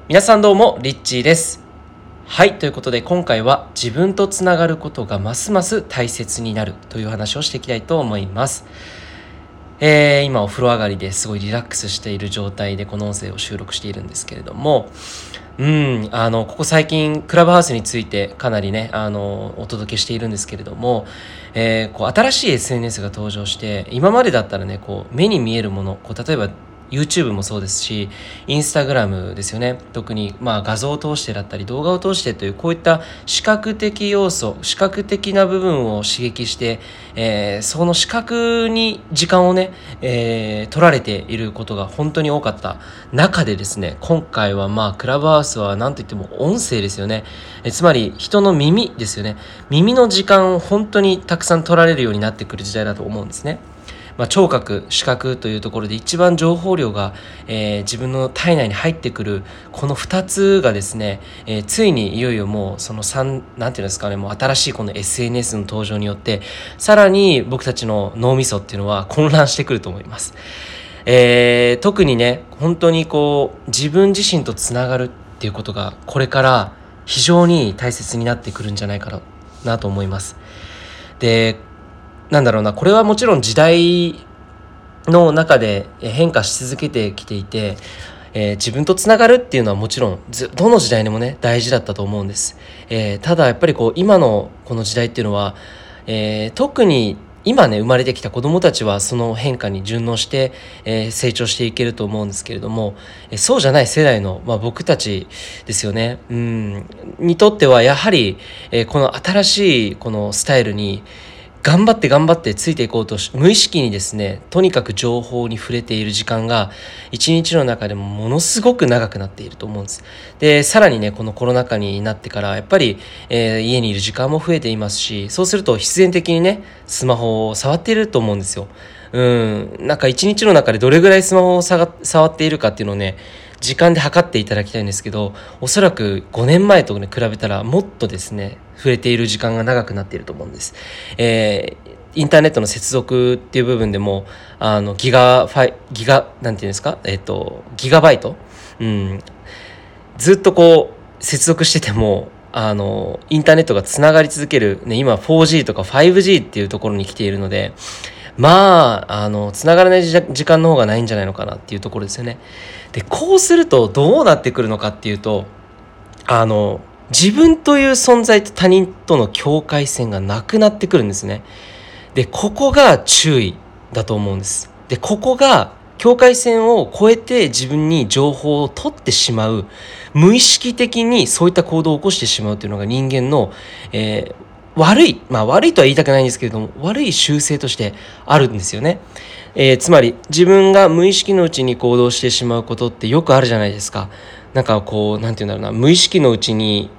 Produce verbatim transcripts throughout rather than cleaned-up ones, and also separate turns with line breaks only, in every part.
皆さんどうもリッチーです。はい、ということで今回は自分とつながることがますます大切になるという話をしていきたいと思います。えー、今お風呂上がりですごいリラックスしている状態でこの音声を収録しているんですけれども、うんあのここ最近クラブハウスについてかなりねあのお届けしているんですけれども、えー、こう新しい エスエヌエス が登場して、今までだったらねこう目に見えるもの、こう例えばYouTube もそうですし、インスタグラムですよね。特にまあ画像を通してだったり動画を通してというこういった視覚的要素、視覚的な部分を刺激して、えー、その視覚に時間をね、えー、取られていることが本当に多かった中でですね、今回はまあクラブハウスは何といっても音声ですよね。えつまり人の耳ですよね。耳の時間を本当にたくさん取られるようになってくる時代だと思うんですね。まあ、聴覚、視覚というところで一番情報量が、えー、自分の体内に入ってくるこのふたつがですね、えー、ついにいよいよもうそのさん、なんていうんですかね、もう新しいこの エスエヌエス の登場によってさらに僕たちの脳みそっていうのは混乱してくると思います。えー、特にね本当にこう自分自身とつながるっていうことがこれから非常に大切になってくるんじゃないかなと思います。でなんだろうな、これはもちろん時代の中で変化し続けてきていて、えー、自分とつながるっていうのはもちろんずどの時代にもね大事だったと思うんです。えー、ただやっぱりこう今のこの時代っていうのは、えー、特に今ね生まれてきた子どもたちはその変化に順応して、えー、成長していけると思うんですけれども、えー、そうじゃない世代の、まあ、僕たちですよね、うんにとってはやはり、えー、この新しいこのスタイルに頑張って頑張ってついていこうとし、無意識にですねとにかく情報に触れている時間が一日の中でもものすごく長くなっていると思うんです。でさらにねこのコロナ禍になってからやっぱり、えー、家にいる時間も増えていますし、そうすると必然的にねスマホを触っていると思うんですよ。うんなんか一日の中でどれぐらいスマホを触っているかっていうのをね時間で測っていただきたいんですけど、おそらくごねんまえと、ね、比べたらもっとですね触れている時間が長くなっていると思うんです。えー、インターネットの接続っていう部分でもあのギガファイギガなんていうんですか、えっとギガバイト、うん、ずっとこう接続しててもあのインターネットがつながり続ける、ね、今 フォージー とか ファイブジー っていうところに来ているので、まあ、あの、つながらない時間の方がないんじゃないのかなっていうところですよね。で、こうするとどうなってくるのかっていうと、あの、自分という存在と他人との境界線がなくなってくるんですね。で、ここが注意だと思うんです。で、ここが境界線を越えて自分に情報を取ってしまう、無意識的にそういった行動を起こしてしまうというのが人間の、えー悪い、まあ悪いとは言いたくないんですけれども、悪い習性としてあるんですよね。えー、つまり自分が無意識のうちに行動してしまうことってよくあるじゃないですか。なんかこう、なんていうんだろうな、無意識のうちに、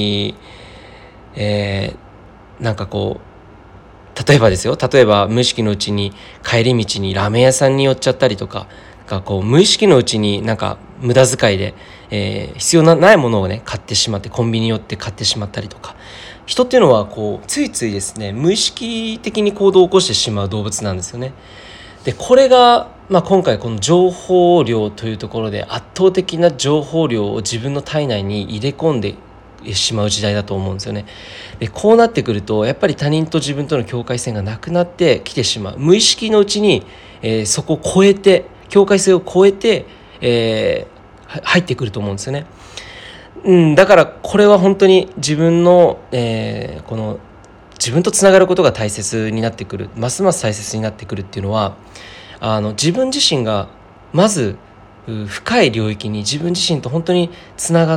えー、なんかこう、例えばですよ、例えば無意識のうちに帰り道にラーメン屋さんに寄っちゃったりとか、なんかこう無意識のうちになんか無駄遣いで、えー、必要なないものをね買ってしまって、コンビニに寄って買ってしまったりとか、人っていうのはこうついついですね無意識的に行動を起こしてしまう動物なんですよね。でこれが、まあ、今回この情報量というところで圧倒的な情報量を自分の体内に入れ込んでしまう時代だと思うんですよね。でこうなってくるとやっぱり他人と自分との境界線がなくなってきてしまう。無意識のうちに、えー、そこを越えて境界線を越えて、えー、入ってくると思うんですよね。うん、だからこれは本当に自分の、えー、この自分とつながることが大切になってくる、ますます大切になってくるっていうのは、あの自分自身がまず深い領域に自分自身と本当につながって、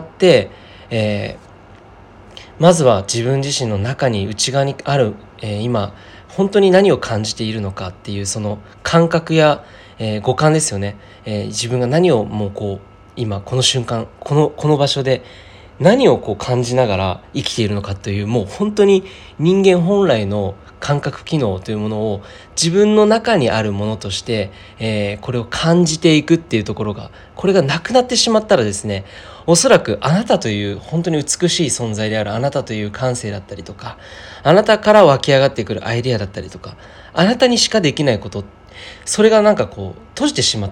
えー、まずは自分自身の中に内側にある、えー、今本当に何を感じているのかっていうその感覚や、えー、五感ですよね、えー、自分が何をもうこう今この瞬間このこの場所で何をこう感じながら生きているのかという、もう本当に人間本来の感覚機能というものを自分の中にあるものとして、えー、これを感じていくっていうところが、これがなくなってしまったらですね、おそらくあなたという本当に美しい存在であるあなたという感性だったりとか、あなたから湧き上がってくるアイデアだったりとか、あなたにしかできないこと、それがなんかこう閉じてしまう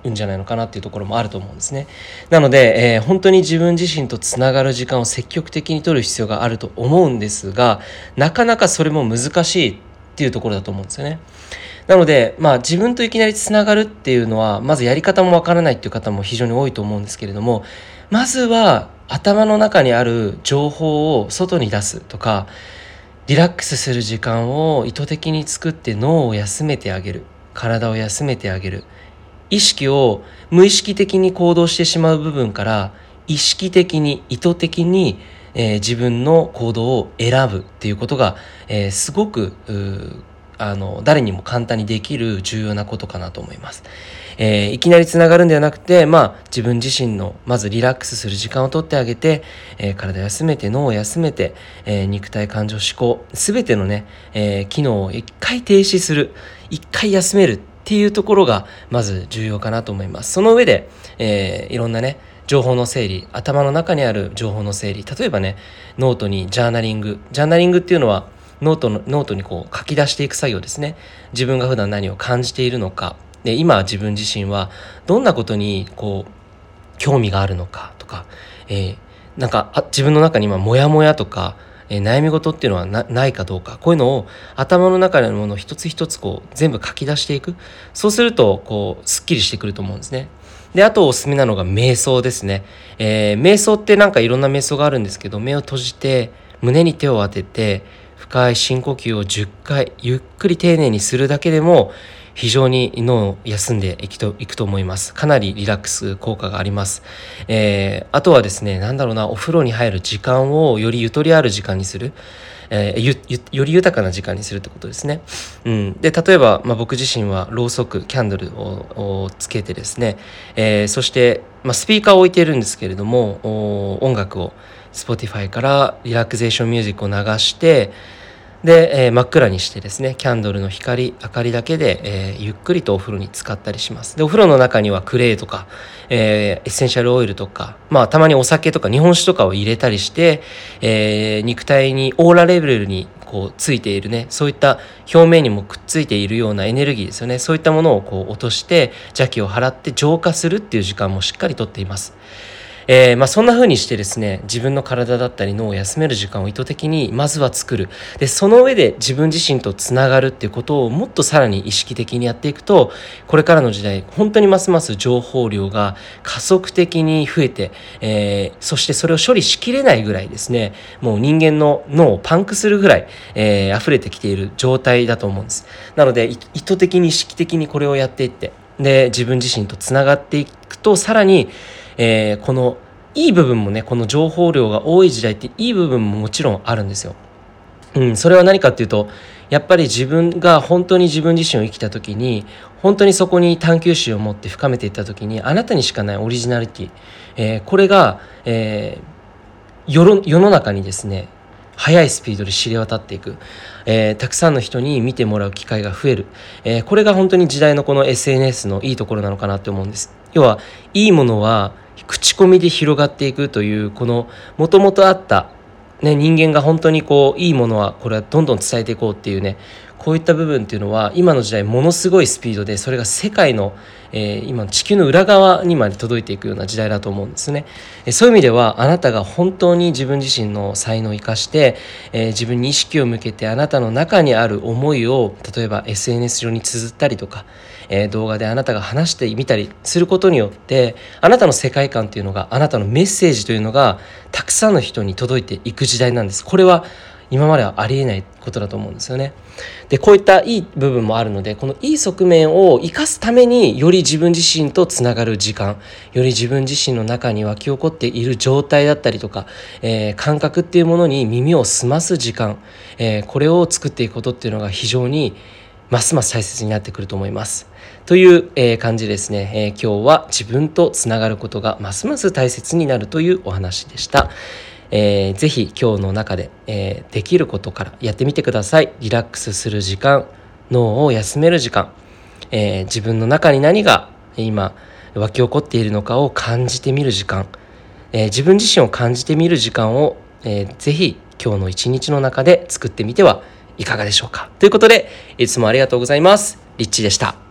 うんじゃないのかなっていうところもあると思うんですね。なので、えー、本当に自分自身とつながる時間を積極的に取る必要があると思うんですが、なかなかそれも難しいっていうところだと思うんですよね。なので、まあ自分といきなりつながるっていうのは、まずやり方もわからないっていう方も非常に多いと思うんですけれども、まずは頭の中にある情報を外に出すとか、リラックスする時間を意図的に作って脳を休めてあげる、体を休めてあげる、意識を無意識的に行動してしまう部分から意識的に意図的に、えー自分の行動を選ぶっていうことが、えーすごくうーあの誰にも簡単にできる重要なことかなと思います。えーいきなりつながるんではなくて、まあ、自分自身のまずリラックスする時間をとってあげて、えー体を休めて脳を休めて、えー肉体感情思考すべてのね、えー機能を一回停止する、一回休めるっていうところがまず重要かなと思います。その上で、えーいろんなね情報の整理、頭の中にある情報の整理、例えばねノートにジャーナリングジャーナリングっていうのはノートのノートにこう書き出していく作業ですね。自分が普段何を感じているのか、で今自分自身はどんなことにこう興味があるのかとか、えーなんかあ自分の中に今モヤモヤとか、えー悩み事っていうのは な, ないかどうか、こういうのを頭の中にあるものを一つ一つこう全部書き出していく。そうするとこうすっきりしてくると思うんですね。であとおすすめなのが瞑想ですね。えー瞑想ってなんかいろんな瞑想があるんですけど、目を閉じて胸に手を当てて深い深呼吸をじゅっかいゆっくり丁寧にするだけでも非常に脳を休んでいくと、いくと思います。かなりリラックス効果があります。えー、あとはですね、なんだろうな、お風呂に入る時間をよりゆとりある時間にする。えー、ゆゆより豊かな時間にするってことですね。うん、で例えば、まあ、僕自身はろうそくキャンドルををつけてですね、えーそして、まあ、スピーカーを置いているんですけれども、お音楽を Spotify からリラクゼーションミュージックを流して、で、えー真っ暗にしてですね、キャンドルの光明かりだけで、えーゆっくりとお風呂に浸かったりします。でお風呂の中にはクレイとか、えーエッセンシャルオイルとか、まあたまにお酒とか日本酒とかを入れたりして、えー肉体にオーラレベルにこうついているね、そういった表面にもくっついているようなエネルギーですよね。そういったものをこう落として邪気を払って浄化するっていう時間もしっかりとっています。えーまあ、そんな風にしてですね、自分の体だったり脳を休める時間を意図的にまずは作る。でその上で自分自身とつながるっていうことをもっとさらに意識的にやっていくと、これからの時代本当にますます情報量が加速的に増えて、えーそしてそれを処理しきれないぐらいですね、もう人間の脳をパンクするぐらい、えー溢れてきている状態だと思うんです。なのでい意図的に意識的にこれをやっていって、で自分自身とつながっていくと、さらにえーこのいい部分もね、この情報量が多い時代っていい部分ももちろんあるんですよ。うん、それは何かっていうと、やっぱり自分が本当に自分自身を生きた時に、本当にそこに探求心を持って深めていった時に、あなたにしかないオリジナリティ、えーこれが、えー世の世の中にですね、速いスピードで知れ渡っていく、えーたくさんの人に見てもらう機会が増える、えーこれが本当に時代のこの エスエヌエス のいいところなのかなって思うんです。要はいいものは口コミで広がっていくという、このもともとあった、ね、人間が本当にこういいものはこれはどんどん伝えていこうっていうね、こういった部分っていうのは今の時代ものすごいスピードで、それが世界の、えー今の地球の裏側にまで届いていくような時代だと思うんですね。えーそういう意味では、あなたが本当に自分自身の才能を生かして、えー自分に意識を向けて、あなたの中にある思いを例えば エスエヌエス 上に綴ったりとか、えー動画であなたが話してみたりすることによって、あなたの世界観というのが、あなたのメッセージというのがたくさんの人に届いていく時代なんです。これは今まではありえないことだと思うんですよね。でこういったいい部分もあるので、このいい側面を生かすために、より自分自身とつながる時間、より自分自身の中に湧き起こっている状態だったりとか、えー感覚っていうものに耳を澄ます時間、えーこれを作っていくことっていうのが非常にますます大切になってくると思います。という、えー感じですね、えー今日は自分とつながることがますます大切になるというお話でした。えーぜひ今日の中で、えーできることからやってみてください。リラックスする時間、脳を休める時間、えー自分の中に何が今湧き起こっているのかを感じてみる時間、えー自分自身を感じてみる時間を、えーぜひ今日の一日の中で作ってみてはいかがでしょうか。ということで、いつもありがとうございます。リッチーでした。